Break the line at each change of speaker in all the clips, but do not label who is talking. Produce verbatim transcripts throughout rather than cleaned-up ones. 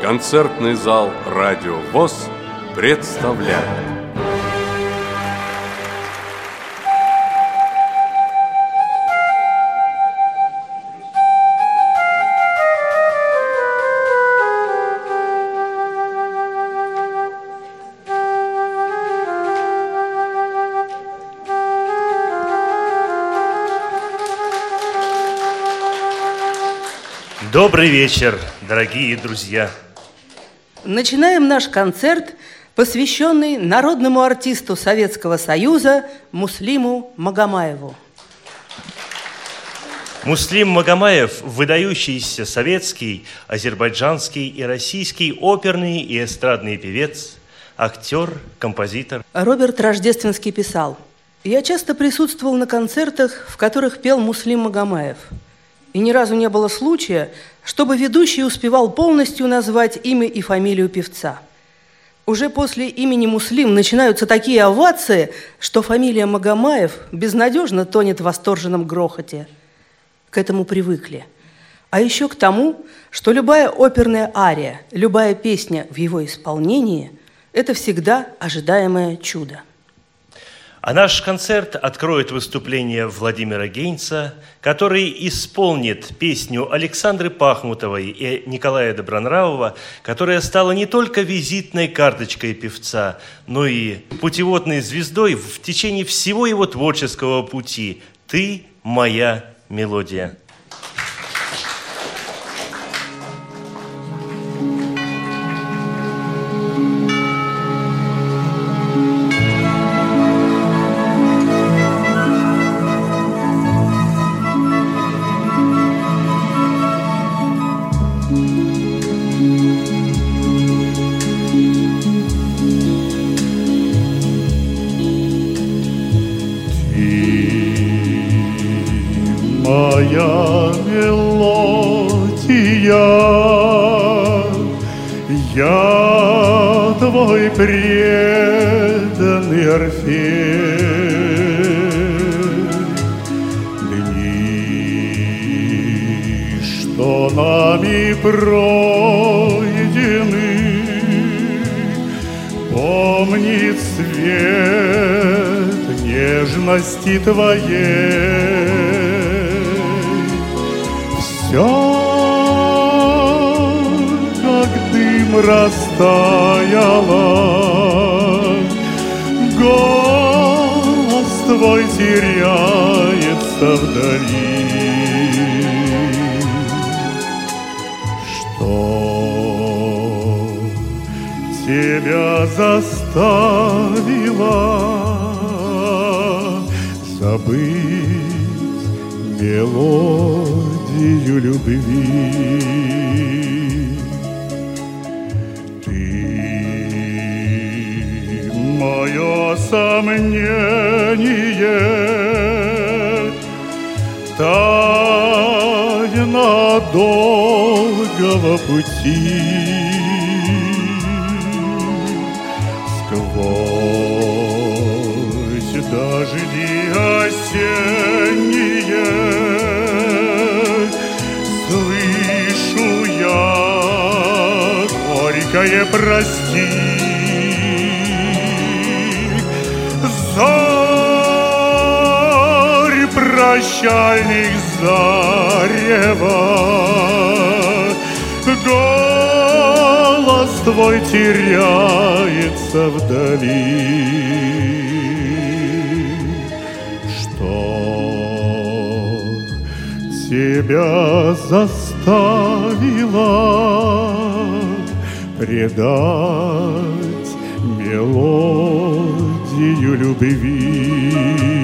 Концертный зал «Радио ВОС» представляет.
Добрый вечер, дорогие друзья!
Начинаем наш концерт, посвященный народному артисту Советского Союза Муслиму Магомаеву.
Муслим Магомаев – выдающийся советский, азербайджанский и российский оперный и эстрадный певец, актер, композитор.
Роберт Рождественский писал: «Я часто присутствовал на концертах, в которых пел Муслим Магомаев. И ни разу не было случая, чтобы ведущий успевал полностью назвать имя и фамилию певца. Уже после имени Муслим начинаются такие овации, что фамилия Магомаев безнадежно тонет в восторженном грохоте. К этому привыкли. А еще к тому, что любая оперная ария, любая песня в его исполнении – это всегда ожидаемое чудо».
А наш концерт откроет выступление Владимира Гейнца, который исполнит песню Александры Пахмутовой и Николая Добронравова, которая стала не только визитной карточкой певца, но и путеводной звездой в течение всего его творческого пути. «Ты моя мелодия».
Моя мелодия, я твой преданный Орфей. Дни, что нами пройдены, помнит свет нежности твоей. Все, как дым, растаяло, голос твой теряется вдали. Что тебя заставило забыть мелодию любви? Ты мое сомнение, тайна долгого пути. Сквозь дожди осенние слышу я горькое прости. Зарь прощальных зарева, голос твой теряется вдали. Что тебя заставило предать мелодию любви?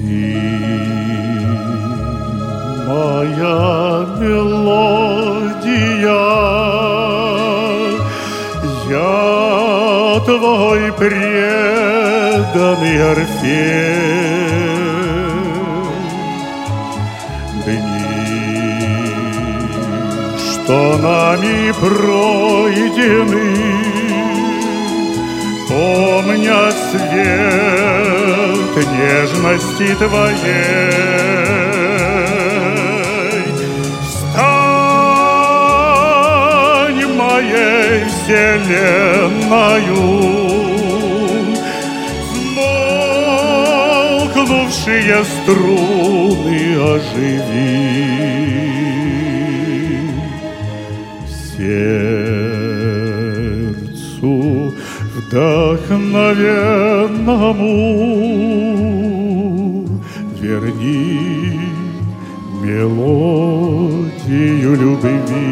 моя мелодия, я твой преданный Орфей. Дни, что нами пройдены, помня свет нежности твоей, стань моей вселенною, смолкнувшие струны оживи. Сердцу вдохновенному верни мелодию любви.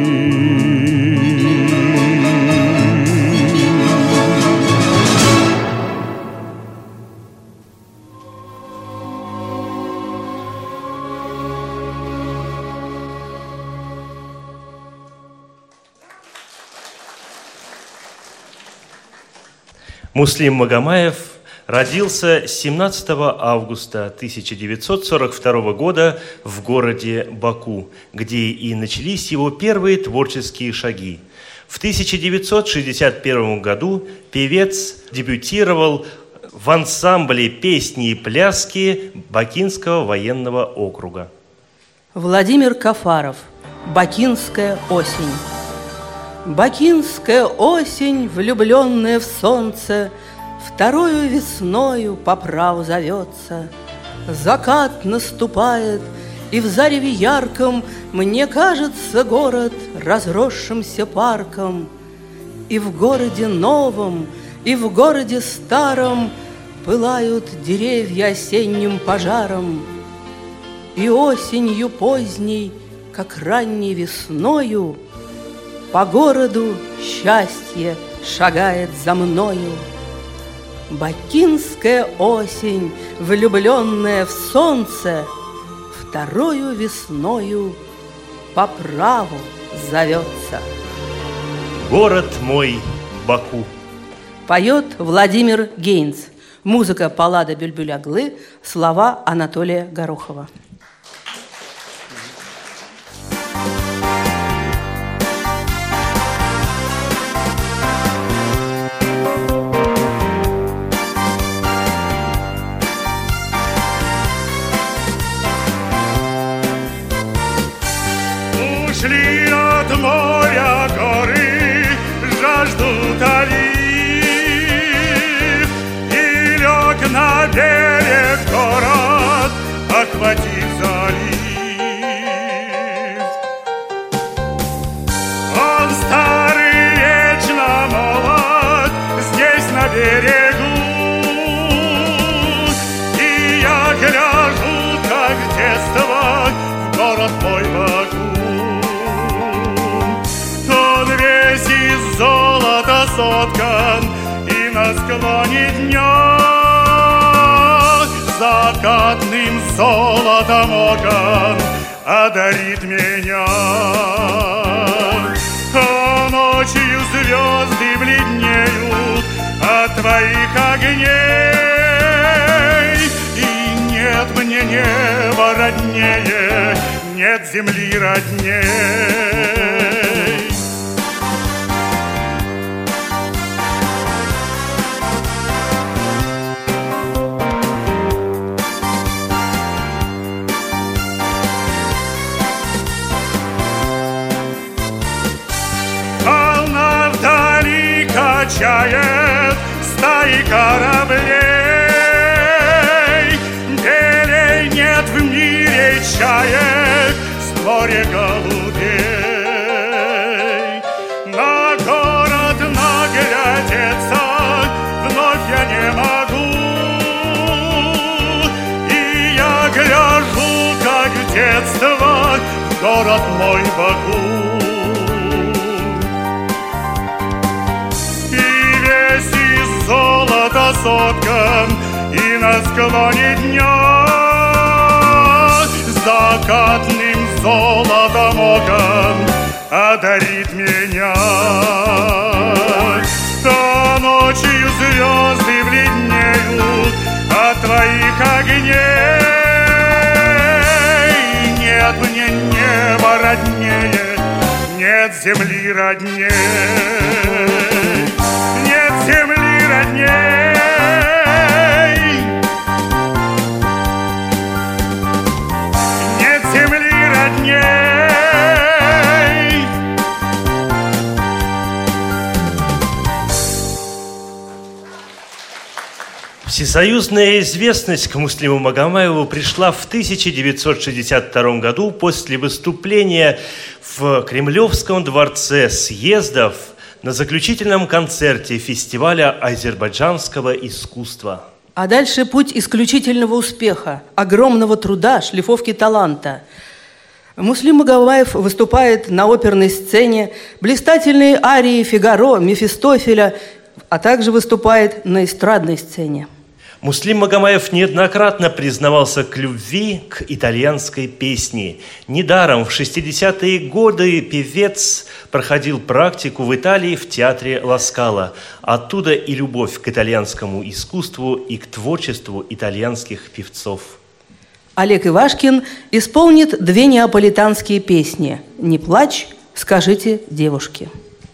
Муслим Магомаев родился семнадцатого августа тысяча девятьсот сорок второго года в городе Баку, где и начались его первые творческие шаги. В тысяча девятьсот шестьдесят первом году певец дебютировал в ансамбле песни и пляски Бакинского военного округа.
Владимир Кафаров. Бакинская осень. Бакинская осень, влюбленная в солнце, второю весною по праву зовется. Закат наступает, и в зареве ярком мне кажется город разросшимся парком. И в городе новом, и в городе старом пылают деревья осенним пожаром. И осенью поздней, как ранней весною, по городу счастье шагает за мною. Бакинская осень, влюбленная в солнце, второю весною по праву зовется.
Город мой Баку.
Поет Владимир Гейнц. Музыка Паллада Бюльбюль-Аглы, слова Анатолия Горохова.
Ушли от моря горы, жаждут олив, и лег на берег город, охватив залив. Он старый, вечно молод, здесь на берегу, и я гляжу, как детство, в город мой Баку. Золото соткан, и на склоне дня закатным золотом окон одарит меня. А ночью звезды бледнеют от твоих огней, и нет мне неба роднее, нет земли родней. Качает стаи кораблей, белей нет в мире чаек, с моря голубей. На город наглядеться вновь я не могу, и я гляжу, как в детство, в город мой Баку. Золото соткан, и на склоне дня закатным золотом окон одарит меня. То ночью звезды бледнеют от твоих огней. Нет мне неба роднее, нет земли родней, нет земли родней.
Всесоюзная известность к Муслиму Магомаеву пришла в тысяча девятьсот шестьдесят втором году после выступления в Кремлевском дворце съездов на заключительном концерте фестиваля азербайджанского искусства.
А дальше путь исключительного успеха, огромного труда, шлифовки таланта. Муслим Магомаев выступает на оперной сцене, блистательные арии Фигаро, Мефистофеля, а также выступает на эстрадной сцене.
Муслим Магомаев неоднократно признавался к любви к итальянской песне. Недаром в шестидесятые годы певец проходил практику в Италии в театре Ла Скала. Оттуда и любовь к итальянскому искусству и к творчеству итальянских певцов.
Олег Ивашкин исполнит две неаполитанские песни «Не плачь, скажите девушке».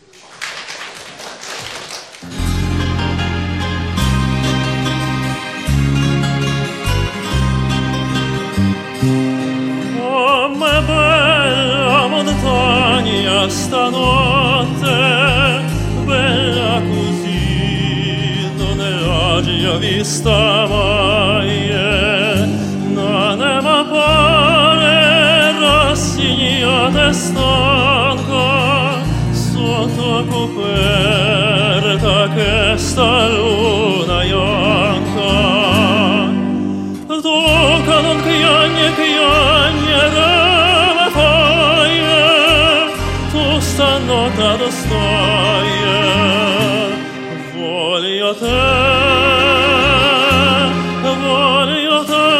Stanotte bella così non è oggi ho vista mai, non è ma pare rassegnata e stanca sotto coperta che sta luna bianca. Tocca non chiagne chiagnere stanotte da storie voglio te, voglio te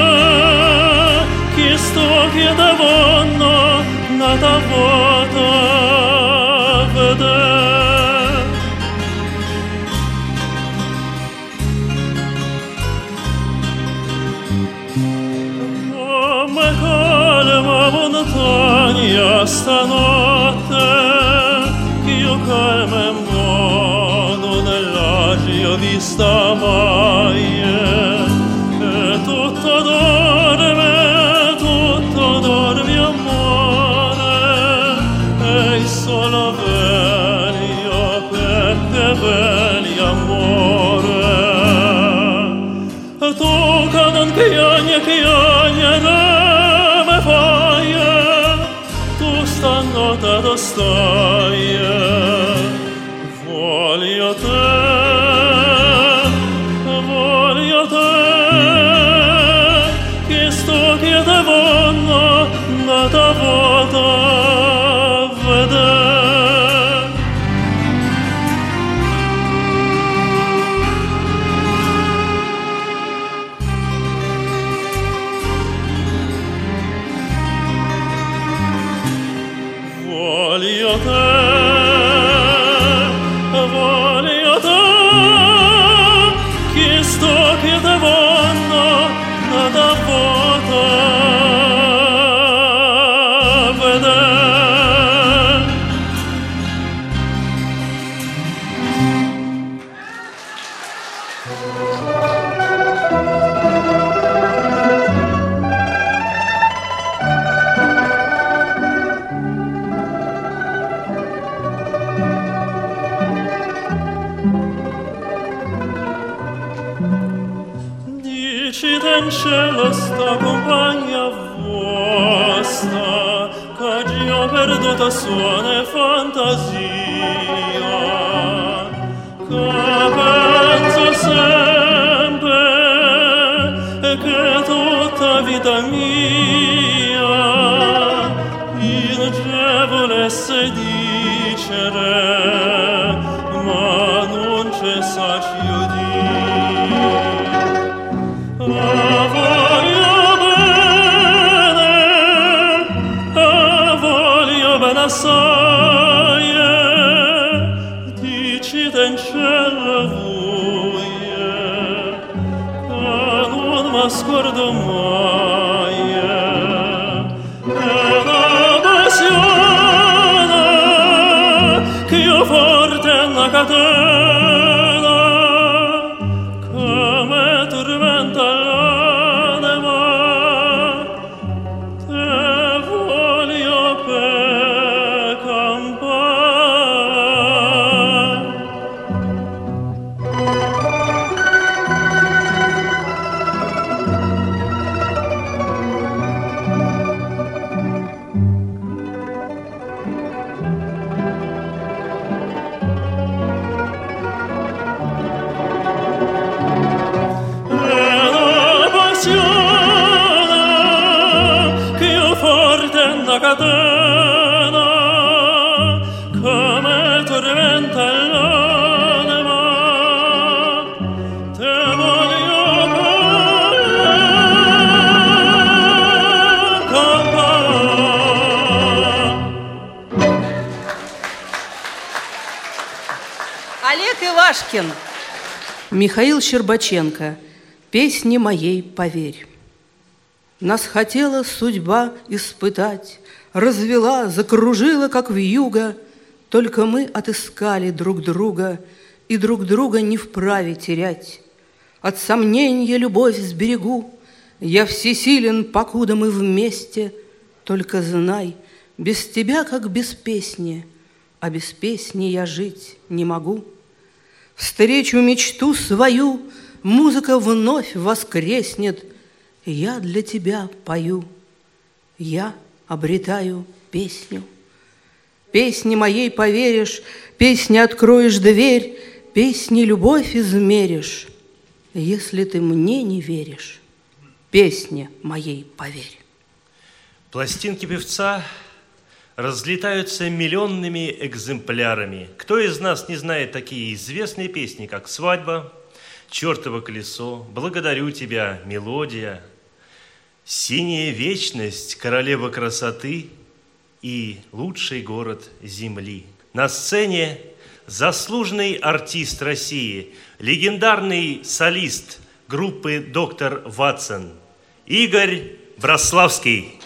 che sto chiedendo nata volta vedere. Come calma montagna stanotte calma in modo nell'agio vista mai, e tutto dorme, tutto dorme amore, e il solo veglio perché vegli amore. Tu che non piagne, piagnere me fai, tu stanotte da stai. Voglio te, voglio te, che sto chiedendo nata volta vedere. Voglio te, in cielo sta compagna vostra, che ho perduta suona e fantasia, che penso sempre che tutta vita mia in te volesse dicere, ma non c'è sacio di. Voglio bene sguardo mai è la passione che io forte una catena come tormenta l'anima te voglio per campare. Catena come tormenta l'anima te voglio
Олег Ивашкин. Михаил Щербаченко. Песни моей поверь. Нас хотела судьба испытать, развела, закружила, как вьюга. Только мы отыскали друг друга, и друг друга не вправе терять. От сомнения любовь сберегу, я всесилен, покуда мы вместе. Только знай, без тебя, как без песни, а без песни я жить не могу. Встречу мечту свою, музыка вновь воскреснет. Я для тебя пою, я обретаю песню. Песни моей поверишь, песни откроешь дверь, песни любовь измеришь. Если ты мне не веришь, песне моей поверь.
Пластинки певца разлетаются миллионными экземплярами. Кто из нас не знает такие известные песни, как «Свадьба», «Чёртово колесо», «Благодарю тебя», «Мелодия», «Синяя вечность», «Королева красоты» и «Лучший город земли». На сцене заслуженный артист России, легендарный солист группы «Доктор Ватсон» Игорь Браславский.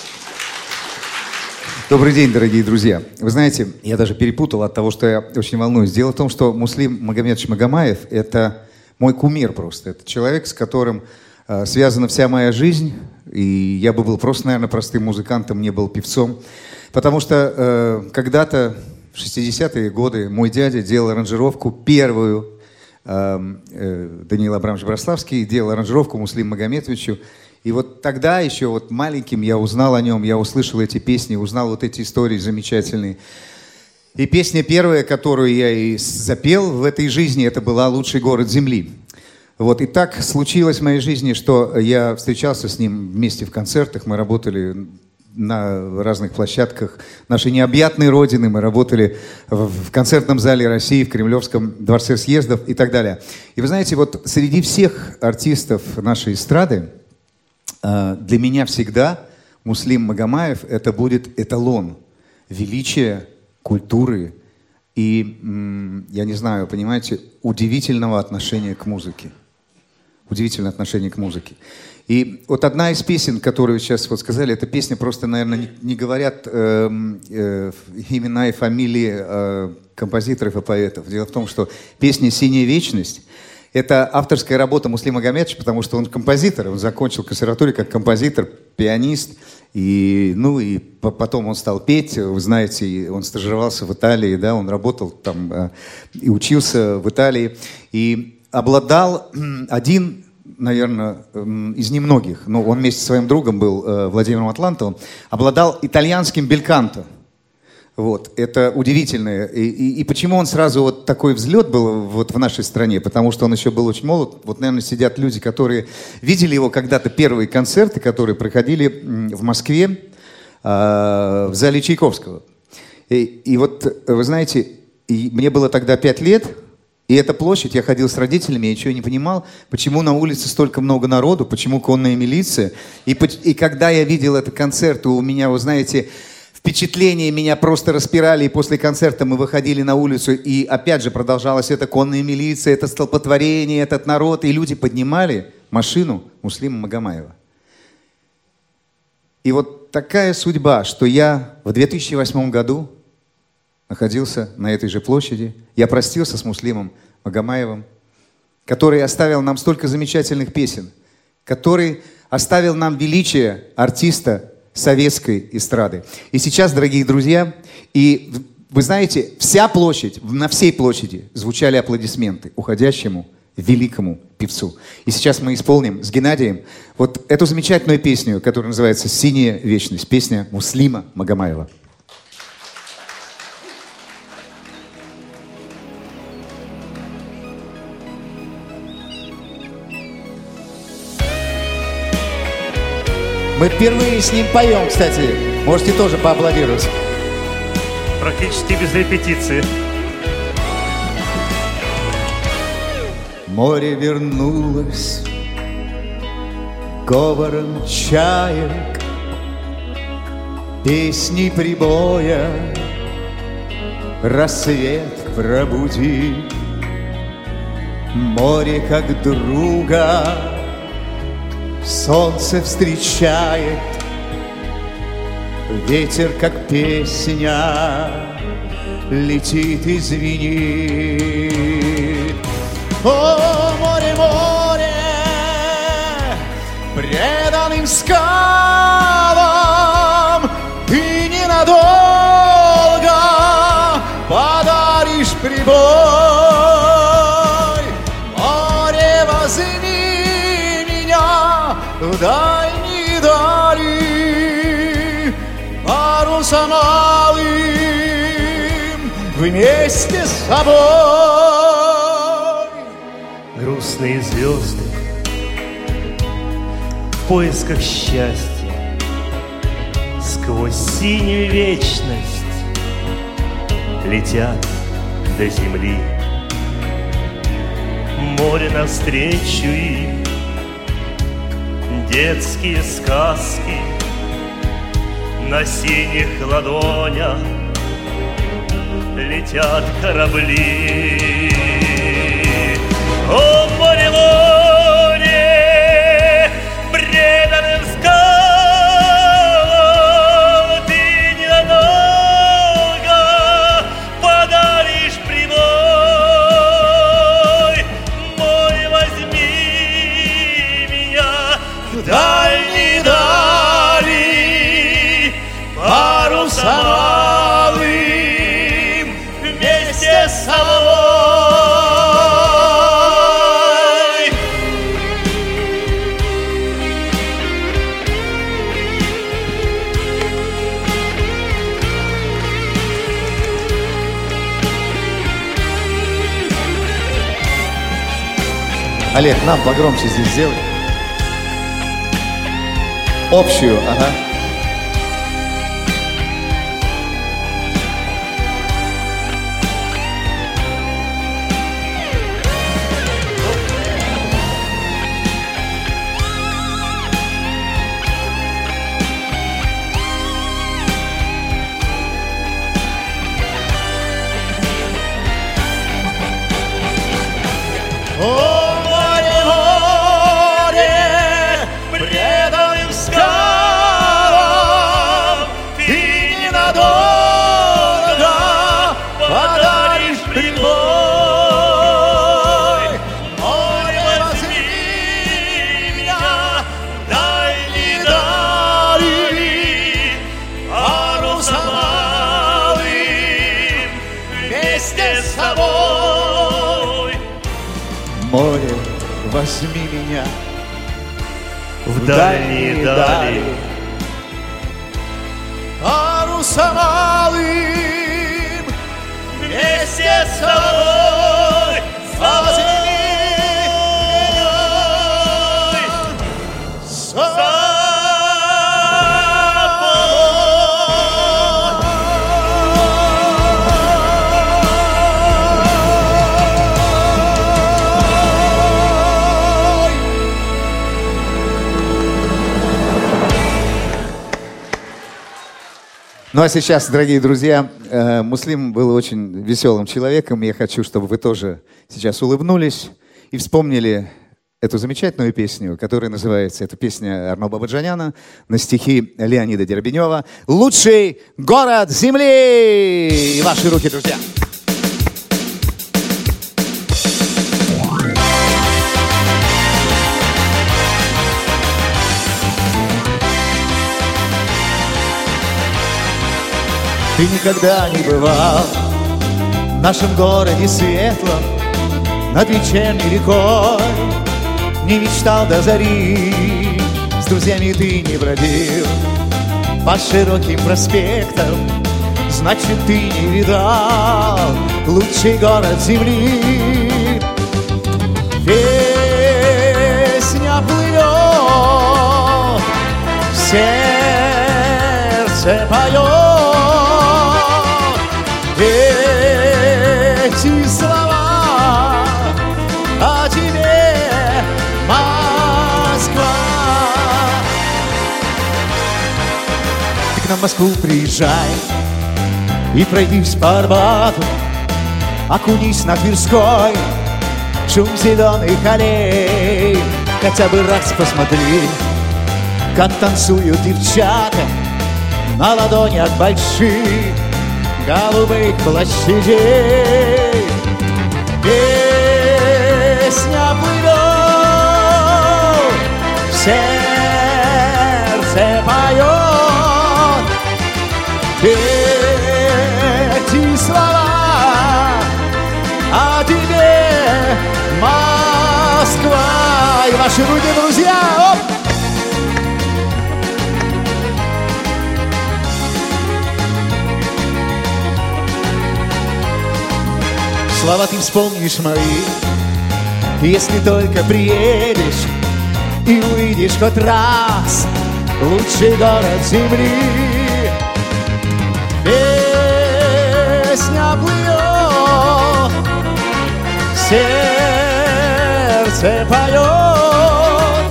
Добрый день, дорогие друзья. Вы знаете, я даже перепутал от того, что я очень волнуюсь. Дело в том, что Муслим Магомедович Магомаев – это мой кумир просто. Это человек, с которым э, связана вся моя жизнь. И я бы был просто, наверное, простым музыкантом, не был певцом. Потому что э, когда-то, в шестидесятые годы, мой дядя делал аранжировку первую. Э, э, Даниил Абрамович Браславский делал аранжировку Муслиму Магомедовичу. И вот тогда еще вот маленьким я узнал о нем, я услышал эти песни, узнал вот эти истории замечательные. И песня первая, которую я и запел в этой жизни, это была «Лучший город земли». Вот, и так случилось в моей жизни, что я встречался с ним вместе в концертах, мы работали на разных площадках нашей необъятной родины, мы работали в концертном зале России, в Кремлевском дворце съездов и так далее. И вы знаете, вот среди всех артистов нашей эстрады для меня всегда Муслим Магомаев – это будет эталон величия, культуры и, я не знаю, понимаете, удивительного отношения к музыке. Удивительное отношение к музыке. И вот одна из песен, которую сейчас вот сказали, эта песня просто, наверное, не, не говорят э, э, имена и фамилии э, композиторов и поэтов. Дело в том, что песня «Синяя вечность» — это авторская работа Муслима Магомедовича, потому что он композитор, он закончил консерваторию как композитор, пианист, и, ну, и потом он стал петь, вы знаете, он стажировался в Италии, да, он работал там э, и учился в Италии, и обладал один, наверное, из немногих, но он вместе со своим другом был, э, Владимиром Атлантовым, обладал итальянским бельканто. Вот, это удивительно. И, и, и почему он сразу вот такой взлет был вот в нашей стране? Потому что он еще был очень молод. Вот, наверное, сидят люди, которые видели его когда-то первые концерты, которые проходили в Москве, э, в зале Чайковского. И, и вот, вы знаете, и мне было тогда пять лет, и эта площадь, я ходил с родителями, я ничего не понимал, почему на улице столько много народу, почему конная милиция. И, и когда я видел этот концерт, у меня, вы знаете, впечатления меня просто распирали, и после концерта мы выходили на улицу, и опять же продолжалась эта конная милиция, это столпотворение, этот народ, и люди поднимали машину Муслима Магомаева. И вот такая судьба, что я в две тысячи восьмом году находился на этой же площади. Я простился с Муслимом Магомаевым, который оставил нам столько замечательных песен, который оставил нам величие артиста советской эстрады. И сейчас, дорогие друзья, и вы знаете, вся площадь, на всей площади звучали аплодисменты уходящему великому певцу. И сейчас мы исполним с Геннадием вот эту замечательную песню, которая называется «Синяя вечность», песня Муслима Магомаева. Мы впервые с ним поем, кстати. Можете тоже поаплодировать.
Практически без репетиции.
Море вернулось говором чаек, песни прибоя, рассвет пробуди. Море как друга солнце встречает, ветер, как песня, летит и звенит. О, море, море, преданным скалам, ты ненадолго подаришь прибой. Море, возьми меня в дальние дали, парусом алым вместе с собой.
Грустные звезды в поисках счастья сквозь синюю вечность летят до земли. Море навстречу им, детские сказки на синих ладонях летят корабли. О, море, море, преданным скалам ты ненадолго подаришь прибой. Море, возьми меня в дальние дали, парусом алым вместе с собой.
Олег, нам погромче здесь сделай. Общую, ага. Море, возьми меня
в дальние дали,
парусом алым вместе с собой. Возьми меня с собой. Ну а сейчас, дорогие друзья, э, Муслим был очень веселым человеком. Я хочу, чтобы вы тоже сейчас улыбнулись и вспомнили эту замечательную песню, которая называется, это песня Арно Бабаджаняна на стихи Леонида Дербенева «Лучший город земли». И ваши руки, друзья. Ты никогда не бывал в нашем городе светлом, над вечерней рекой, не мечтал до зари, с друзьями ты не бродил по широким проспектам, значит, ты не видал лучший город земли. Песня плывет, сердце поет. Эти слова о тебе, Москва. Ты к нам в Москву приезжай и пройдись по Арбату, окунись на Тверской, шум зеленых аллей. Хотя бы раз посмотри, как танцуют девчата на ладонях больших голубых площадей. Песня плывет, сердце поет. Эти слова о тебе, Москва. И ваши руки, друзья, оп! Слова ты вспомнишь мои, если только приедешь и увидишь хоть раз лучший город земли. Песня плывет, сердце поет.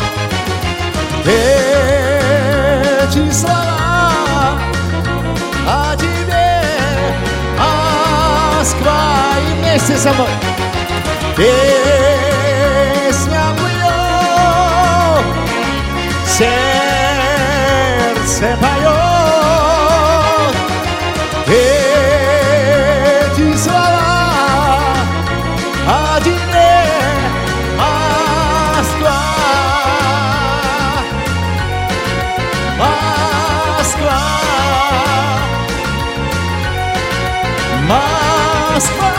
Эти слова о тебе, Москва. Вместе со мной. Песня плывет, сердце поет. Эти слова о тебе, Москва. Москва. Москва.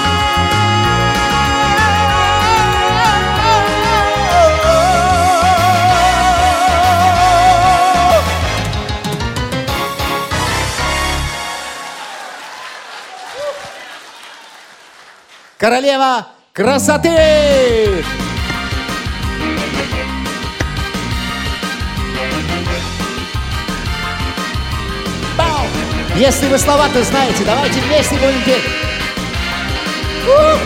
Королева красоты! Бау! Если вы слова-то знаете, давайте вместе будем петь. У!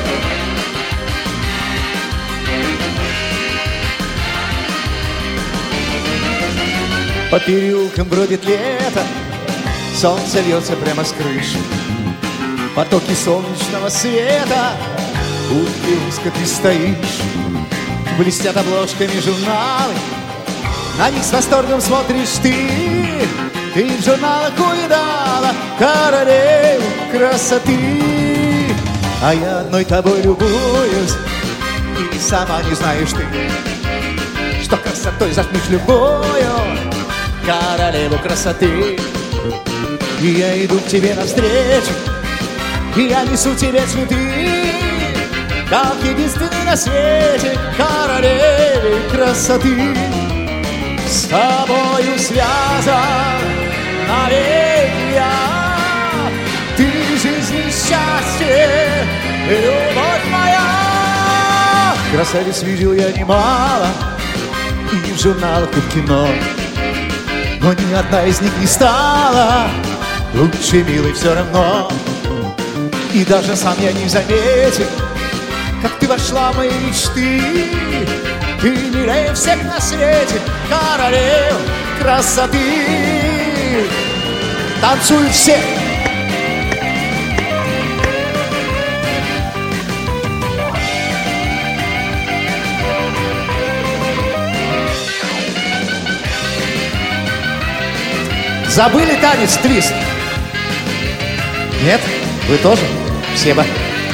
По переулкам бродит лето, солнце льется прямо с крыши. Потоки солнечного света, у киоска ты стоишь. Блестят обложками журналы, на них с восторгом смотришь ты. Ты в журналах увидала королеву красоты. А я одной тобой любуюсь, и сама не знаешь ты, что красотой затмишь любую королеву красоты. И я иду к тебе навстречу, и я несу тебе цветы, как единственный на свете королеве красоты. С тобою связан навеки я, ты жизнь и счастье, любовь моя. Красавиц видел я немало, и в журналах, и в кино, но ни одна из них не стала лучше, милой, все равно. И даже сам я не заметил, как ты вошла в мои мечты. Ты милее всех на свете, королева красоты. Танцуют все. Забыли танец твист? Нет? Вы тоже? Спасибо.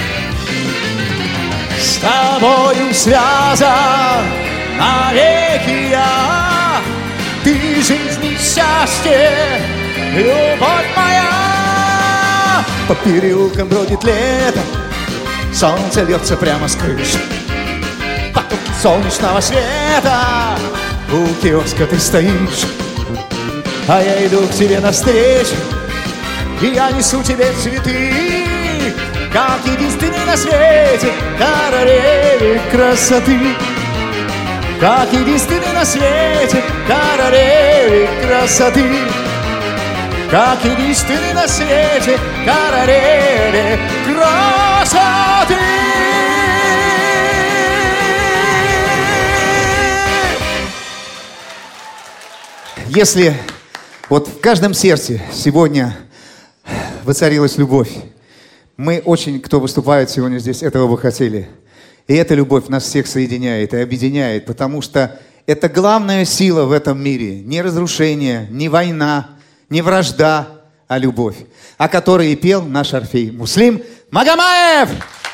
С тобою связан навеки я, ты жизнь и счастье, любовь моя. По переулкам бродит лето, солнце льется прямо с крыши. Поток солнечного света, у киоска ты стоишь, а я иду к тебе навстречу, и я несу тебе цветы, как единственный на свете королеве красоты. Как единственный на свете королеве красоты. Как единственный на свете королеве красоты. Если вот в каждом сердце сегодня воцарилась любовь, мы очень, кто выступает сегодня здесь, этого бы хотели. И эта любовь нас всех соединяет и объединяет, потому что это главная сила в этом мире. Не разрушение, не война, не вражда, а любовь, о которой и пел наш Орфей Муслим Магомаев.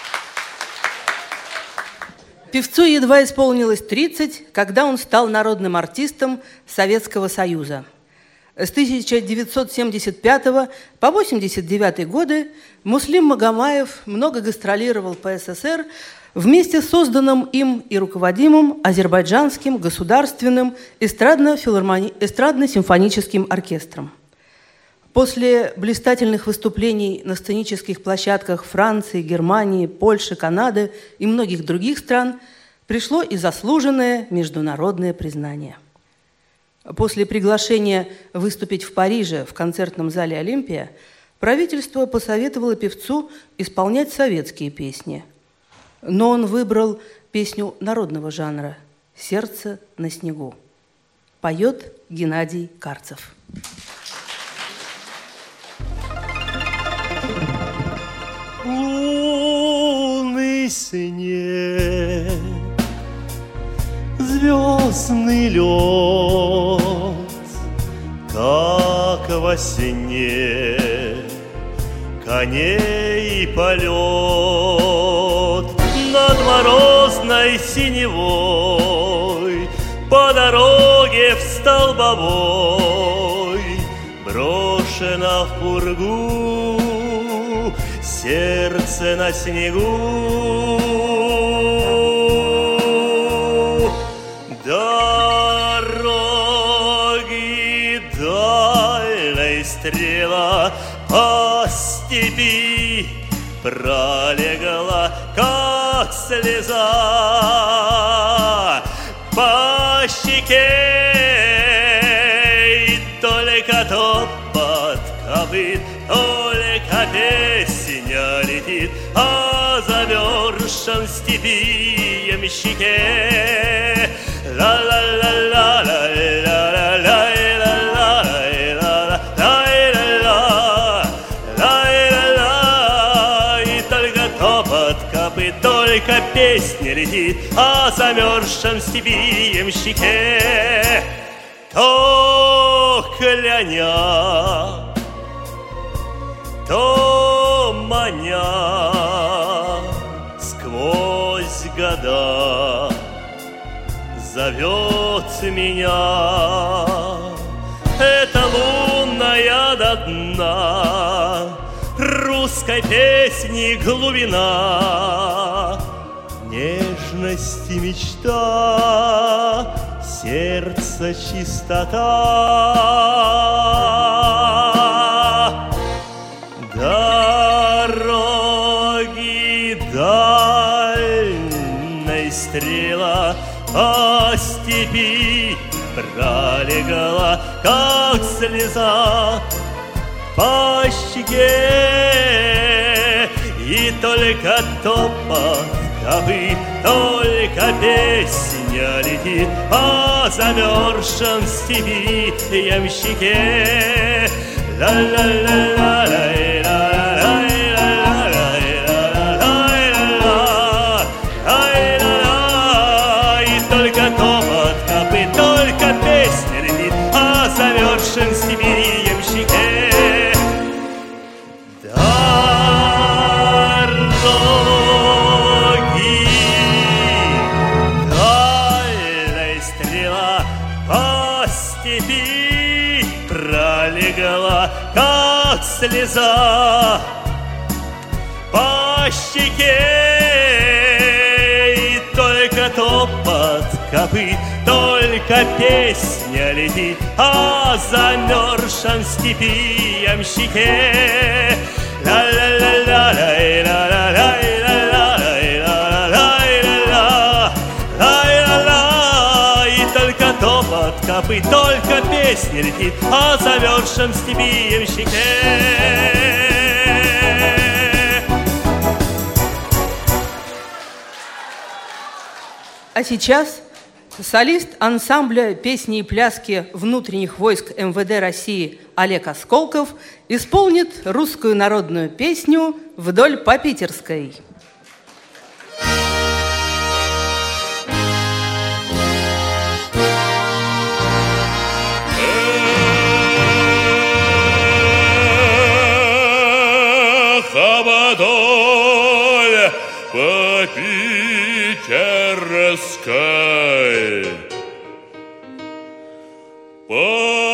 Певцу едва исполнилось тридцать, когда он стал народным артистом Советского Союза. С тысяча девятьсот семьдесят пятого по восемьдесят девятый годы Муслим Магомаев много гастролировал по СССР вместе с созданным им и руководимым Азербайджанским государственным эстрадно-симфоническим оркестром. После блистательных выступлений на сценических площадках Франции, Германии, Польши, Канады и многих других стран пришло и заслуженное международное признание. После приглашения выступить в Париже в концертном зале «Олимпия» правительство посоветовало певцу исполнять советские песни. Но он выбрал песню народного жанра «Сердце на снегу». Поет Геннадий Карцев.
Лунный снег, звездный лед, как во сне коней полет над морозной синевой, по дороге в столбовой брошено в пургу сердце на снегу. Дороги дальней стрела по степи пролегла, как слеза по щеке, и только топот копыт, только песня летит о замерзшем степи ямщике. И только топот копыт, только песня летит о замерзшем степи ямщике. То кляня, то маня сквозь года зовет меня. Это лунная до дна русской песни глубина, нежность и мечта, сердце чистота. Дороги дальней стрела по степи пролегла, как слеза по щеке, и только топот копыт, только песня летит по замерзшем степи ямщике. И только топот копыт, только песня летит по замерзшем степи ямщике.
как слеза по щеке, и только топот копыт, только песня летит о замерзшем степи ямщике. Ла-ла-ла-ла-ла-ла-ла-ла-ла-ла-ла-ла-ла, и только топот копыт, только песня летит о замерзшем степи ямщике.
А сейчас солист ансамбля песни и пляски внутренних войск эм вэ дэ России Олег Осколков исполнит русскую народную песню «Вдоль по Питерской».
Эх, а вдоль по Питерской по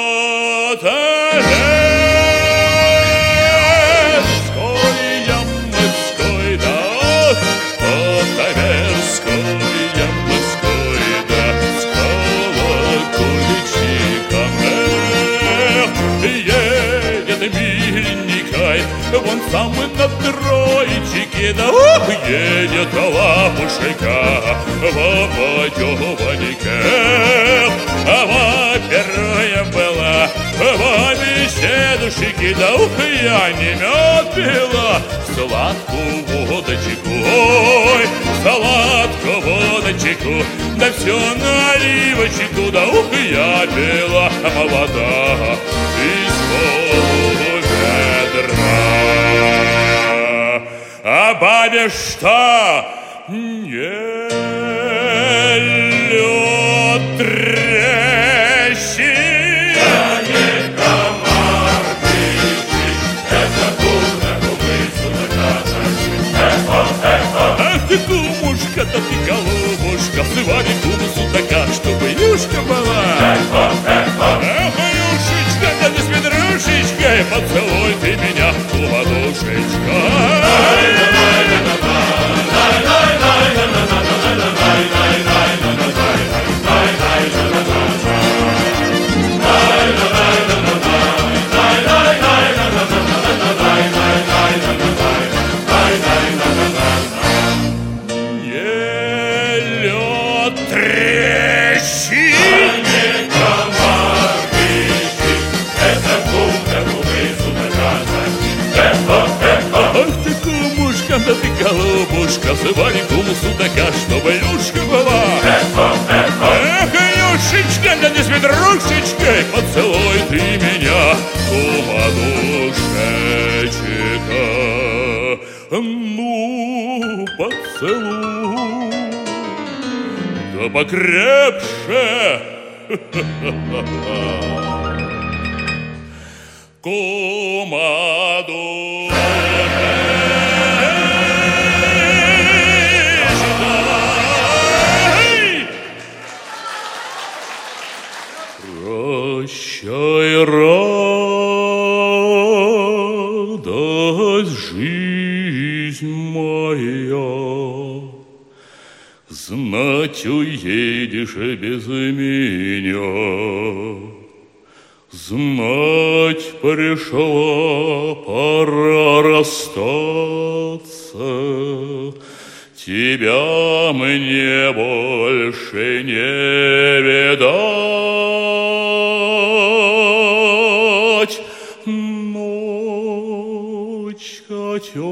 Таверской ямской, да, по Таверской ямской, да, с колокольчиком, едет миленькой, вон самый на троечке, да, ух, едет лапушка в подёвнике. А во-первое была во беседушке, да, ух, я не мед пила, сладкую водочку, ой, сладкую водочку, да все наливочку, да, ух, я пила молода из полуведра. А бабе что? Не лед трещит, а не комар пищит, это курна кумысу наказывает. Ах ты, кумушка, да ты голубушка, сывали кумысу така, чтобы юшка была. Ах, юшечка, да ты с ведрушечкой, поцелуй ты меня, кумадушечка. Да ты, голубушка, звали кумусу така, чтобы юшка была. Эх, юшечка, да не с ведрушечкой, поцелуй ты меня, кумадушечка. Ну, поцелуй, да покрепше. Кумадушечка. Прощай, радость, жизнь моя, знать уедешь без меня, знать пришла пора расстаться, тебя мне больше не видать. Ночка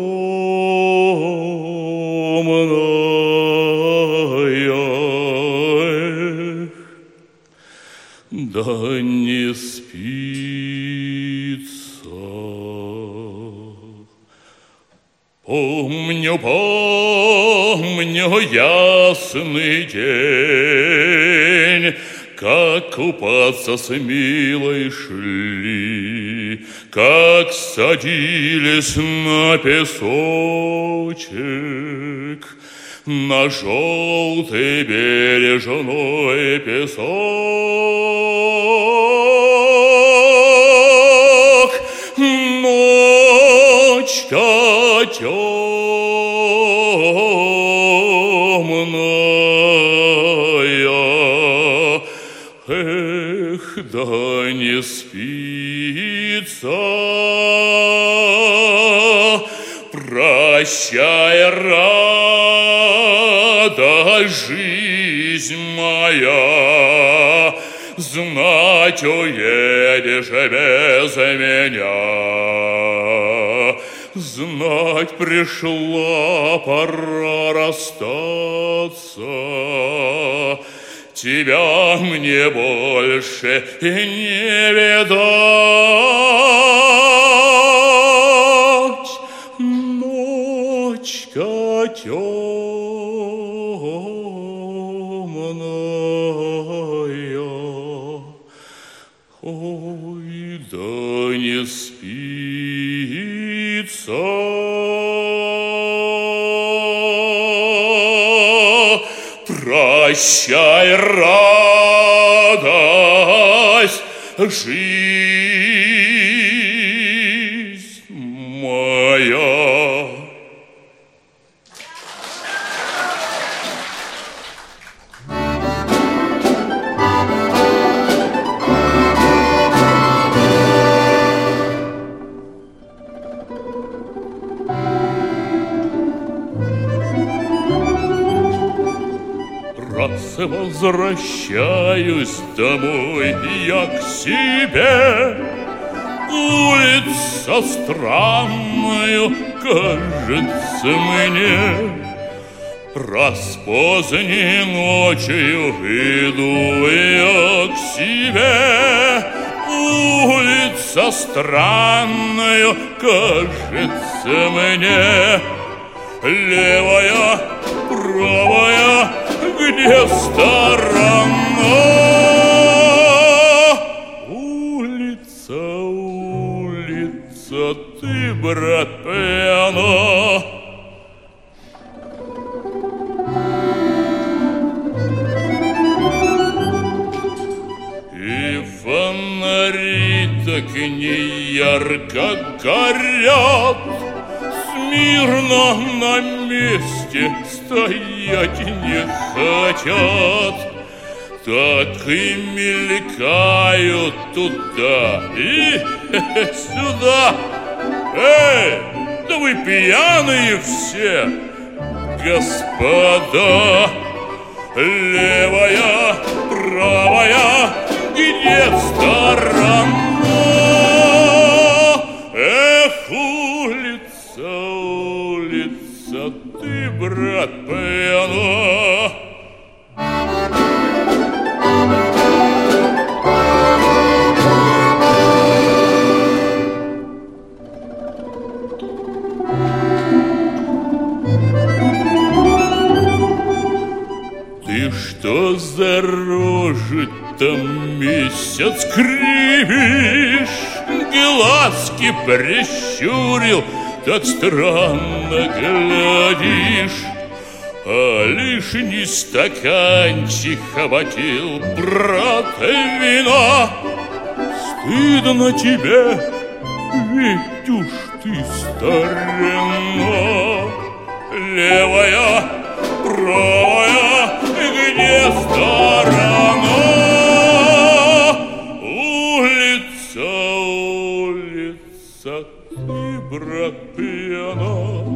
темная, да не спится. Помню, помню ясный день, как купаться с милой шли, как садились на песочек, на желтый бережной песок. темная, эх, да не спится. Прощай, радость, жизнь моя, знать уедешь без меня. Знать пришла пора расстаться, тебя мне больше не видать. Ночка темная, ой, да не спится. Прощай, радость, жизнь моя. Раз возвращаюсь домой я к себе, улица странною кажется мне. Раз поздней ночью иду я к себе, улица странною кажется мне. Левая, правая, где сторона? Улица, улица, ты, брат, пьяна. И фонари так неярко горят, смирно на месте стоять не хотят, так и мелькают туда и сюда. Эй, да вы пьяные все, господа! Левая, правая, где сторона? Эх, улица, улица, ты, брат, пьяна. Ты что за рожи-то месяц кривишь, глазки прищурил, так странно глядишь, а лишний стаканчик хватил, брат, вина. Стыдно тебе, ведь уж ты старина. Левая, правая, где сторона? Улица, улица, ты, брат, пьяна.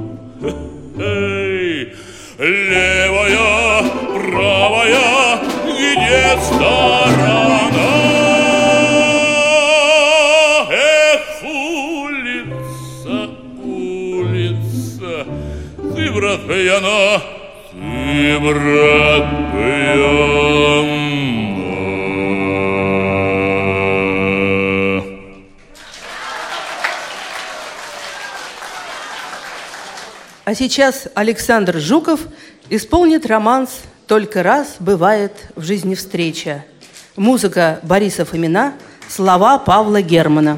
Эй, левая, правая, где сторона? Эх, улица, улица, ты, брат, пьяна. Ты, брат, пьяна.
А сейчас Александр Жуков исполнит романс «Только раз бывает в жизни встреча». Музыка Бориса Фомина, слова Павла Германа.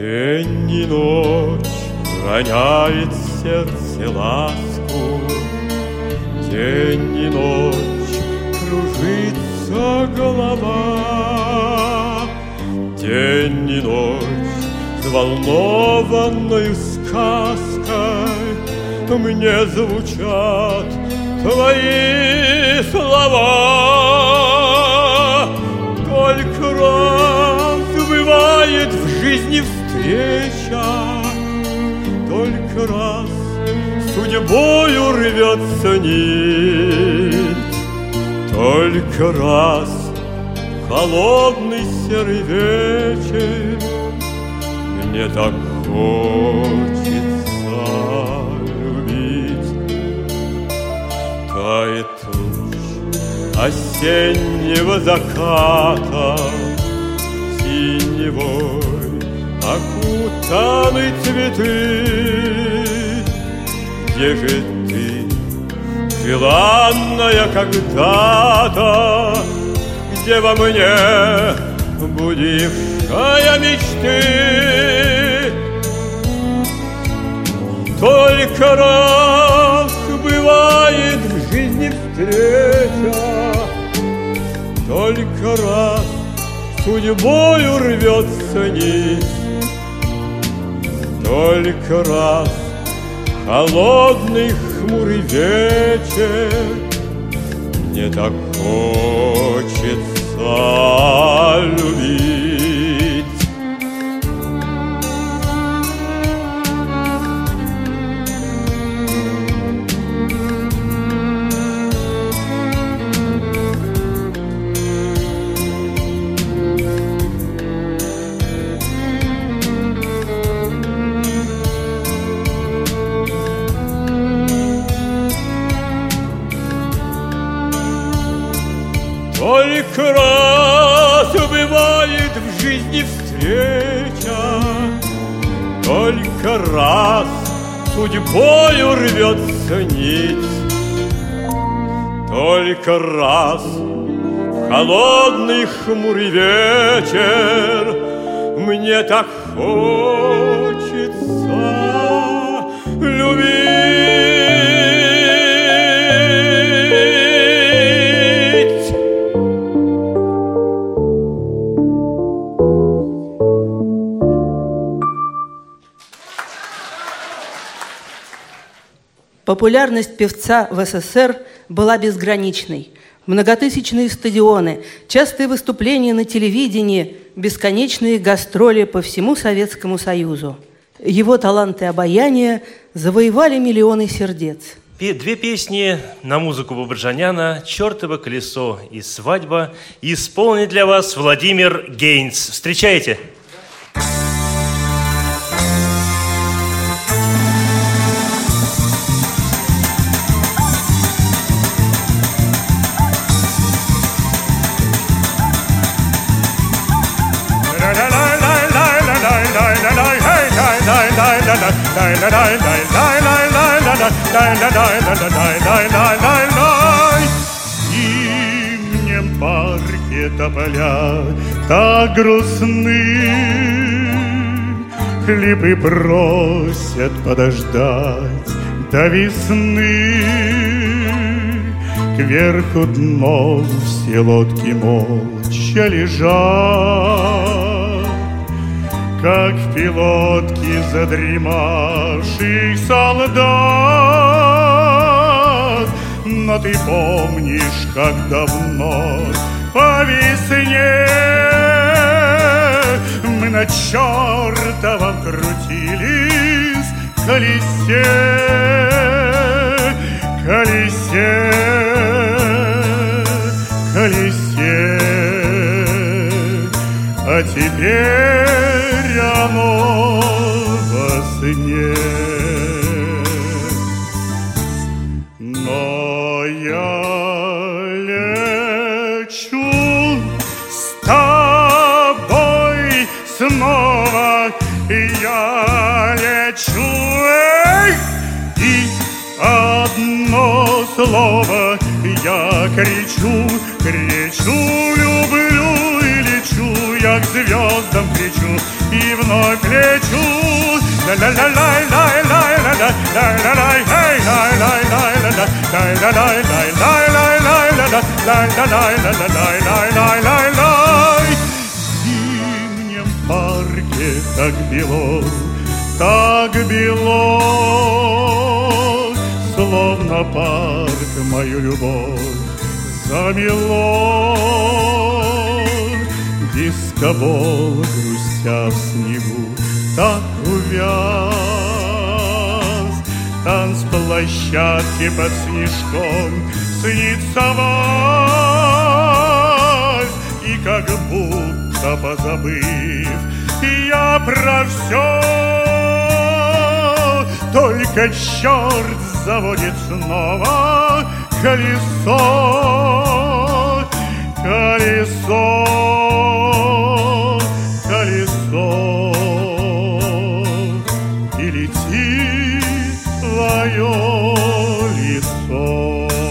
День и ночь роняет сердце ласку, день и ночь кружится голова, день и ночь взволнованной сказкой мне звучат твои слова. Только раз бывает в жизни встреча, только раз судьбою рвется нить, только раз холодный серый вечер мне так хочется любить. Тает луч осеннего заката, синевой окутаны цветы. Где же ты, желанная когда-то, где во мне будившая мечты? Только раз бывает в жизни встреча, только раз судьбою рвется нить, только раз холодный хмурый вечер мне так хочется любить. Только раз бывает в жизни встреча, только раз судьбою рвется нить, только раз в холодный хмурый вечер мне так хочется любить.
Популярность певца в СССР была безграничной. Многотысячные стадионы, частые выступления на телевидении, бесконечные гастроли по всему Советскому Союзу. Его талант и обаяние завоевали миллионы сердец.
Две песни на музыку Бабаджаняна «Чертово колесо» и «Свадьба» исполнит для вас Владимир Гейнц. Встречайте!
В зимнем парке тополя так грустны, клипы просят подождать до весны. Кверху дном все лодки молча лежат, как пилотки задремавших солдат. Но ты помнишь, как давно по весне мы на чертовом крутились колесе, колесе, колесе. А теперь оно во сне. Но я лечу с тобой снова, я лечу, эй, и одно слово я кричу, кричу, люблю и лечу я к звездам звездам кричу и вновь лечу. В зимнем парке так бело, так бело, словно парк мою любовь замело. Дискобол, грустя в снегу, так увяз. Танцплощадки под снежком снится вальс. И как будто позабыв я про все, только черт заводит снова колесо, колесо, колесо, и летит твое лицо.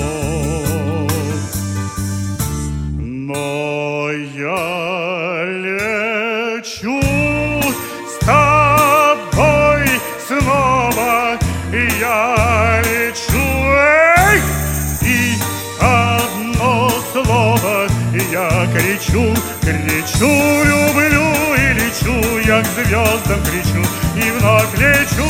Но я лечу с тобой снова, я лечу, эх, и одно слово я кричу, кричу, люблю, и лечу, я к звездам кричу, и вновь лечу.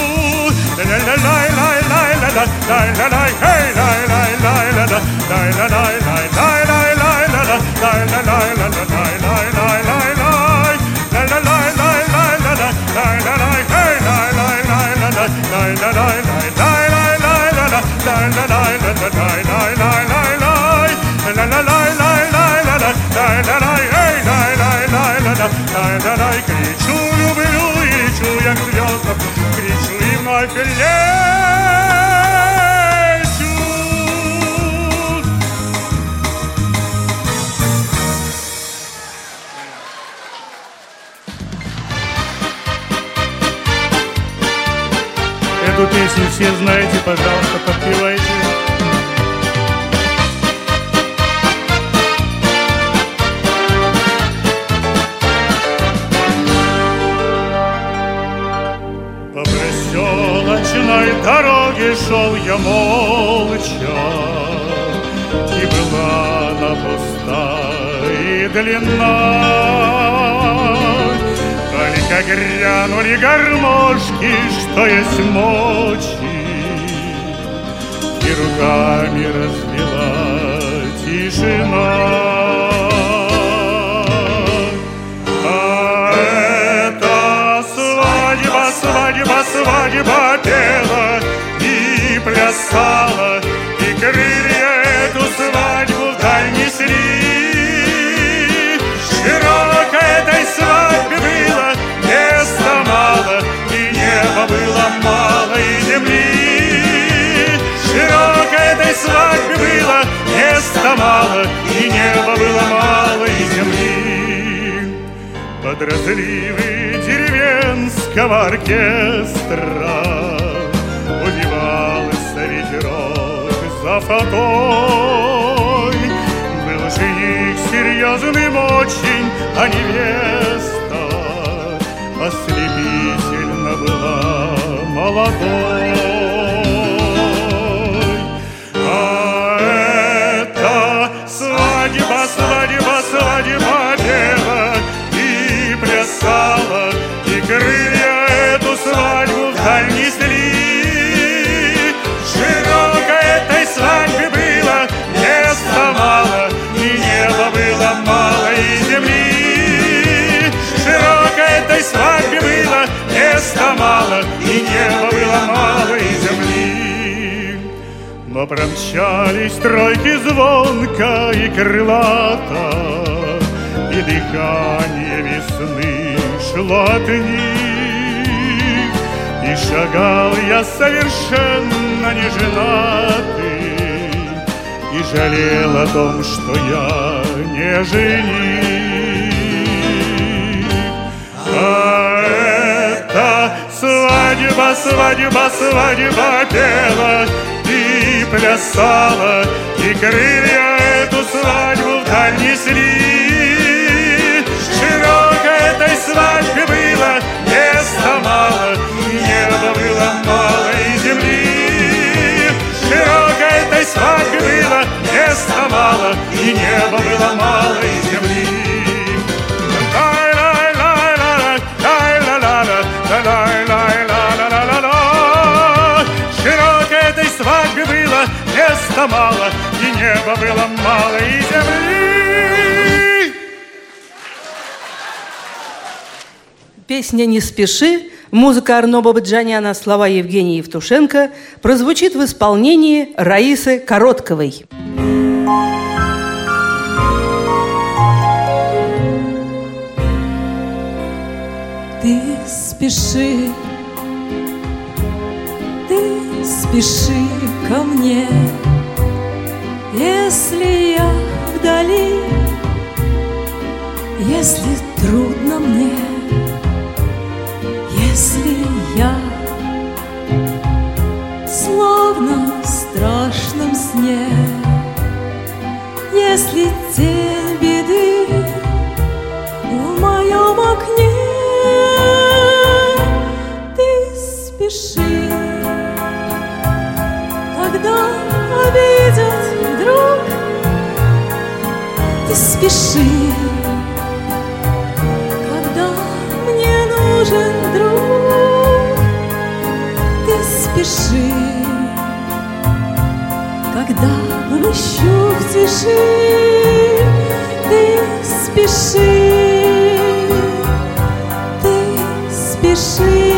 Кричу, люблю и лечу я к звездам, кричу и вновь лечу. Эту песню все знаете, пожалуйста, подпевайте. Ночной дороге шел я молча, и была она пуста и длинна. Только грянули гармошки, что есть мочи, и руками развела тишина. Свадьба, свадьба пела и плясала, и крылья эту свадьбу вдаль несли. Широко этой свадьбе было места мало, и неба было мало, и земли. Широко этой свадьбе было места мало, и неба было мало, и земли. Под разливы деревенского оркестра удивался ветерок за фатой. Был жених серьезным очень, а невеста ослепительно была молодой. А это свадьба, свадьба, свадьба пела и плясала, и крылья эту свадьбу вдаль несли. Широко этой свадьбе было места мало, и неба было мало, и земли. Широко этой свадьбе было места мало, и неба было мало, и земли. Но промчались тройки звонко и крылато, и дыхание весны шло от них. И шагал я совершенно не женатый, и жалел о том, что я не жених. А это свадьба, свадьба, свадьба пела и плясала, и крылья эту свадьбу вдаль несли. Широко этой свадьбе сломала, и неба было мало, и земли.
Песня «Не спеши», музыка Арно Бабаджаняна, слова Евгения Евтушенко прозвучит в исполнении Раисы Коротковой.
Ты спеши, ты спеши ко мне, если я вдали, если трудно мне, если я словно в страшном сне, если тень беды в моем окне. Спеши, когда обидят вдруг, ты спеши, когда мне нужен друг, ты спеши, когда грущу в тиши, ты спеши, ты спеши.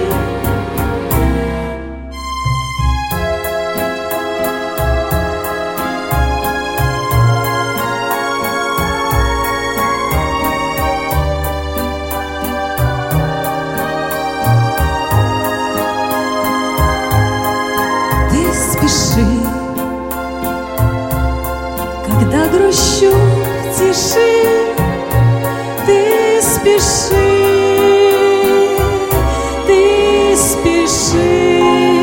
Когда грущу в тиши, ты спеши, ты спеши.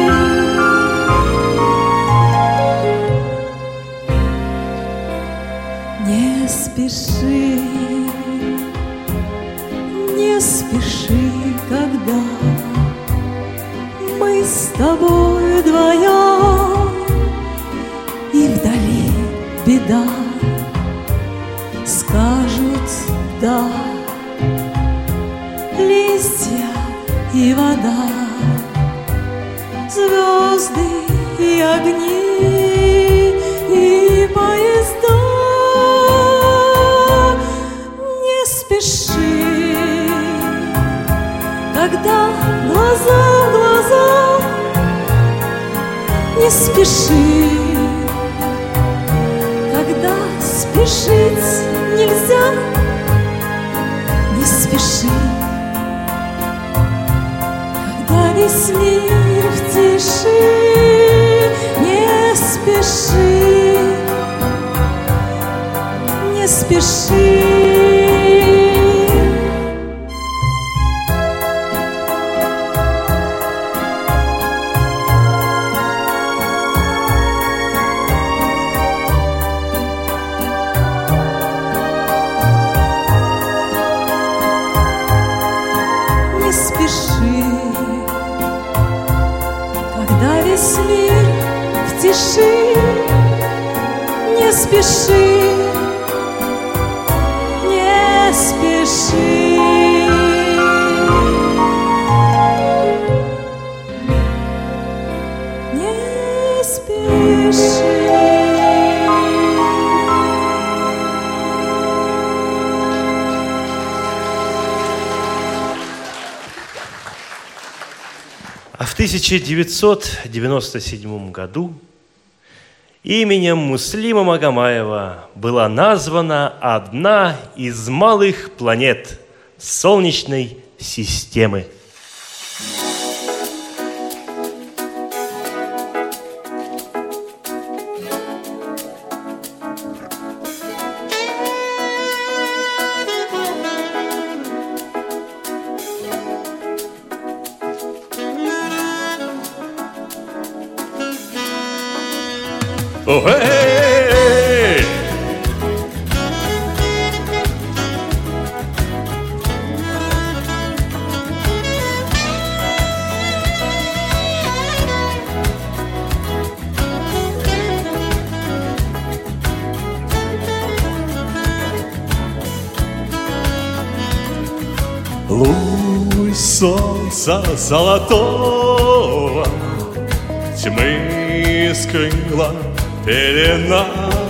Не спеши, не спеши, когда мы с тобой вдвоем, и вдали беда, скажут да, листья и вода, звезды и огни и поезда. Не спеши, когда глаза в глаза, не спеши, когда спешить нельзя, не спеши, когда весь мир в тиши, не спеши, не спеши. Не спеши, не спеши, не спеши.
А в тысяча девятьсот девяносто седьмом году именем Муслима Магомаева была названа одна из малых планет Солнечной системы.
Oh, hey, hey, hey.
Луч солнца золотого тьмы скрыла пелена,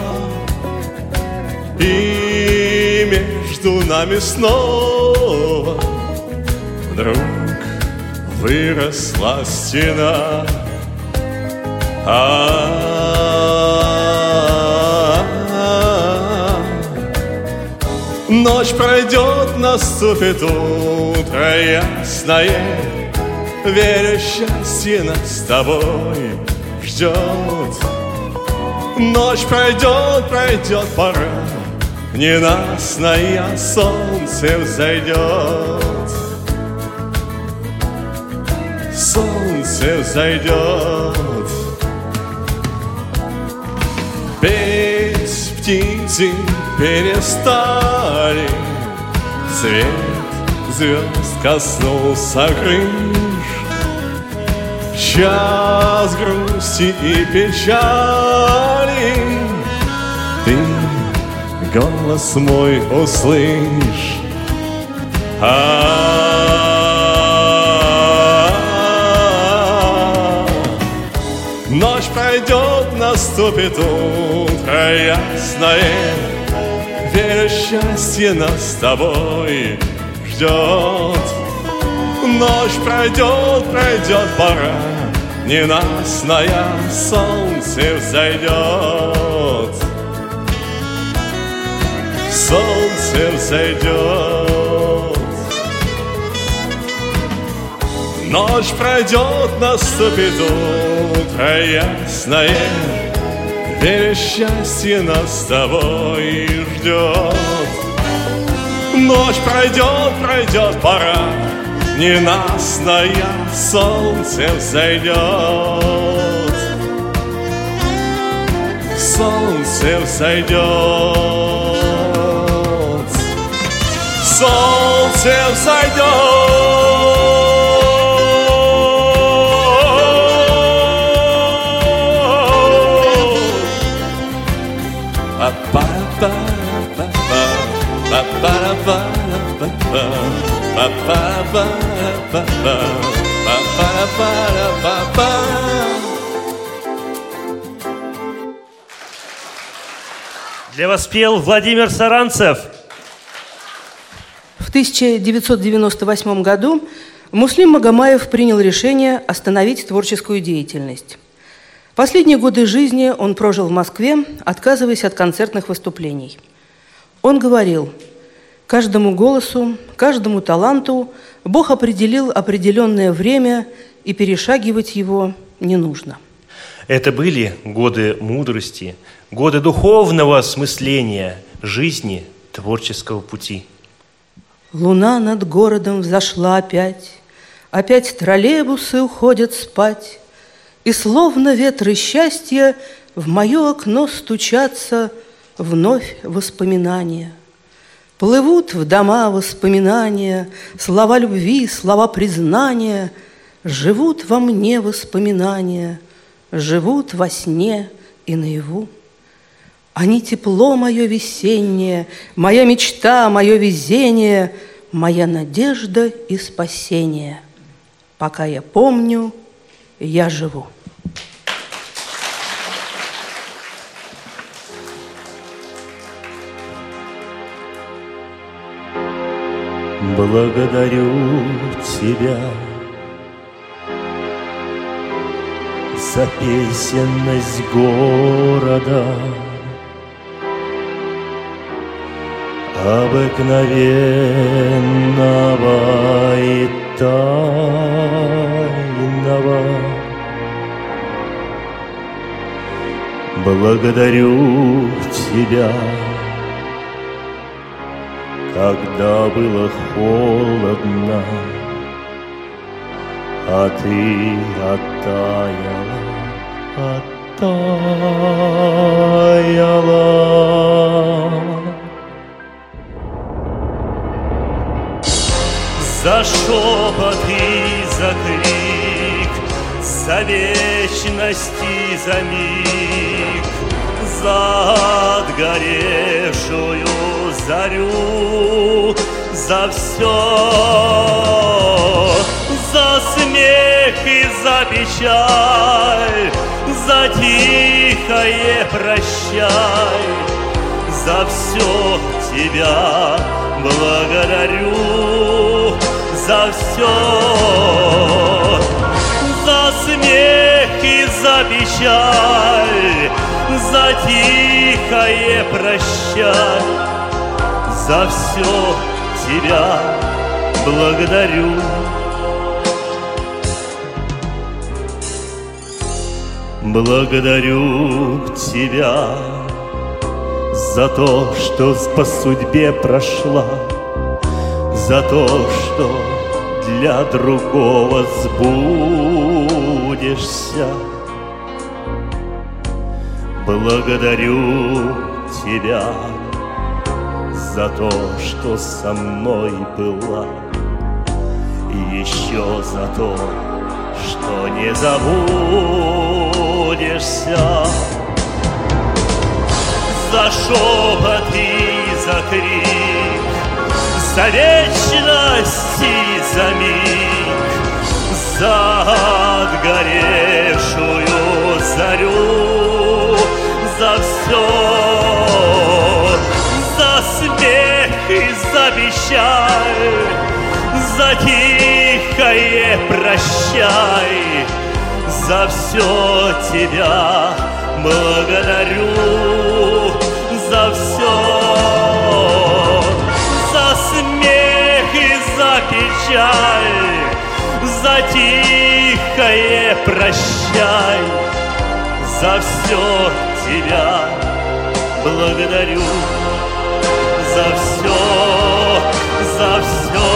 и между нами снова вдруг выросла стена. А-а-а-а. Ночь пройдет, наступит утро ясное, верю, счастье нас с тобой ждет. Ночь пройдет, пройдет пора, ненастное солнце взойдет. Солнце взойдет. Петь птицы перестали, свет звезд коснулся крыш. Час грусти и печали, ты голос мой услышь. А-а-а-а. Ночь пройдет, наступит утро ясное, верю, счастье нас с тобой ждет. Ночь пройдет, пройдет пора, ненастное солнце взойдет. Солнце взойдет. Ночь пройдет, наступит утро ясное, верю, счастье нас с тобой ждет. Ночь пройдет, пройдет пора, ненастное солнце взойдет. Солнце взойдет. Солнце взойдет.
Для вас пел Владимир Саранцев.
В тысяча девятьсот девяносто восьмом году Муслим Магомаев принял решение остановить творческую деятельность. Последние годы жизни он прожил в Москве, отказываясь от концертных выступлений. Он говорил: «Каждому голосу, каждому таланту Бог определил определенное время, и перешагивать его не нужно».
Это были годы мудрости, годы духовного осмысления жизни, творческого пути.
Луна над городом взошла опять, опять троллейбусы уходят спать, и словно ветры счастья в мое окно стучатся вновь воспоминания. Плывут в дома воспоминания, слова любви, слова признания, живут во мне воспоминания, живут во сне и наяву. Они тепло мое весеннее, моя мечта, мое везение, моя надежда и спасение. Пока я помню, я живу.
Благодарю тебя за песенность города, обыкновенного и тайного. Благодарю тебя, когда было холодно, а ты оттаяла, оттаяла. За шепот и за крик, за вечность и за миг, за отгоревшую зарю, за все, за смех и за печаль, за тихий тихое прощай. За все тебя благодарю, за все, за смех и за печаль, за тихое прощай. За все тебя благодарю. Благодарю тебя за то, что по судьбе прошла, за то, что для другого сбудешься. Благодарю тебя за то, что со мной была, и еще за то, что не забудешься. За шепот и за крик, за вечность и за миг, за отгоревшую зарю, за все, за смех и за печаль, за тихое прощай. За все тебя благодарю, за все, за смех и за печаль, за тихое прощай. За все тебя благодарю, за все, за все.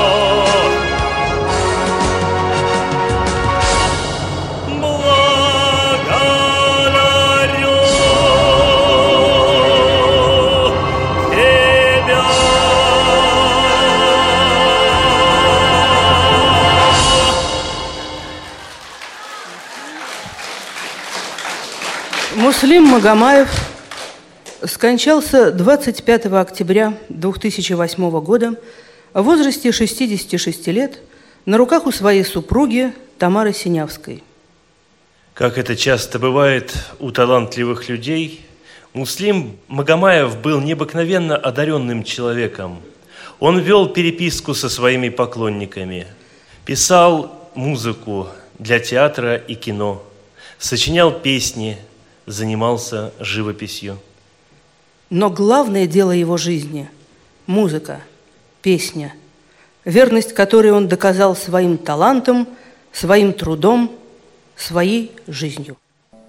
Муслим Магомаев скончался двадцать пятого октября две тысячи восьмого года в возрасте шестидесяти шести лет на руках у своей супруги Тамары Синявской.
Как это часто бывает у талантливых людей, Муслим Магомаев был необыкновенно одаренным человеком. Он вел переписку со своими поклонниками, писал музыку для театра и кино, сочинял песни, занимался живописью.
Но главное дело его жизни – музыка, песня, верность которой он доказал своим талантом, своим трудом, своей жизнью.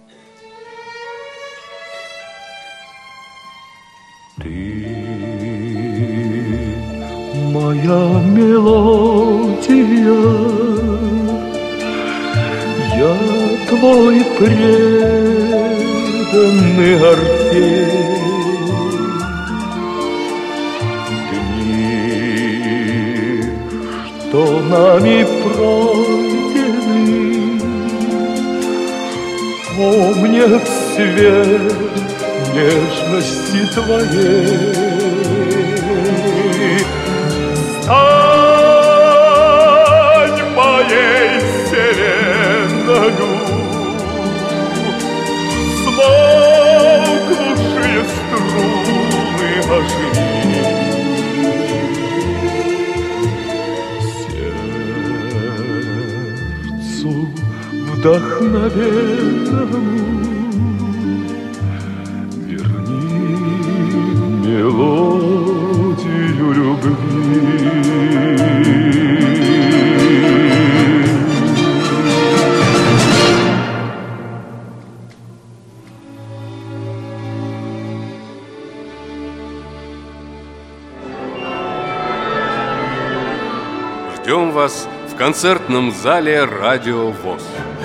Ты моя мелодия, я твой преданный Орфей. Дни, что нами пройдены, помнят свет нежности твоей. Стань моей вселенною, смолкнувшие струны оживи. Сердцу вдохновенному мелодию любви.
Ждем вас в концертном зале «Радио ВОС».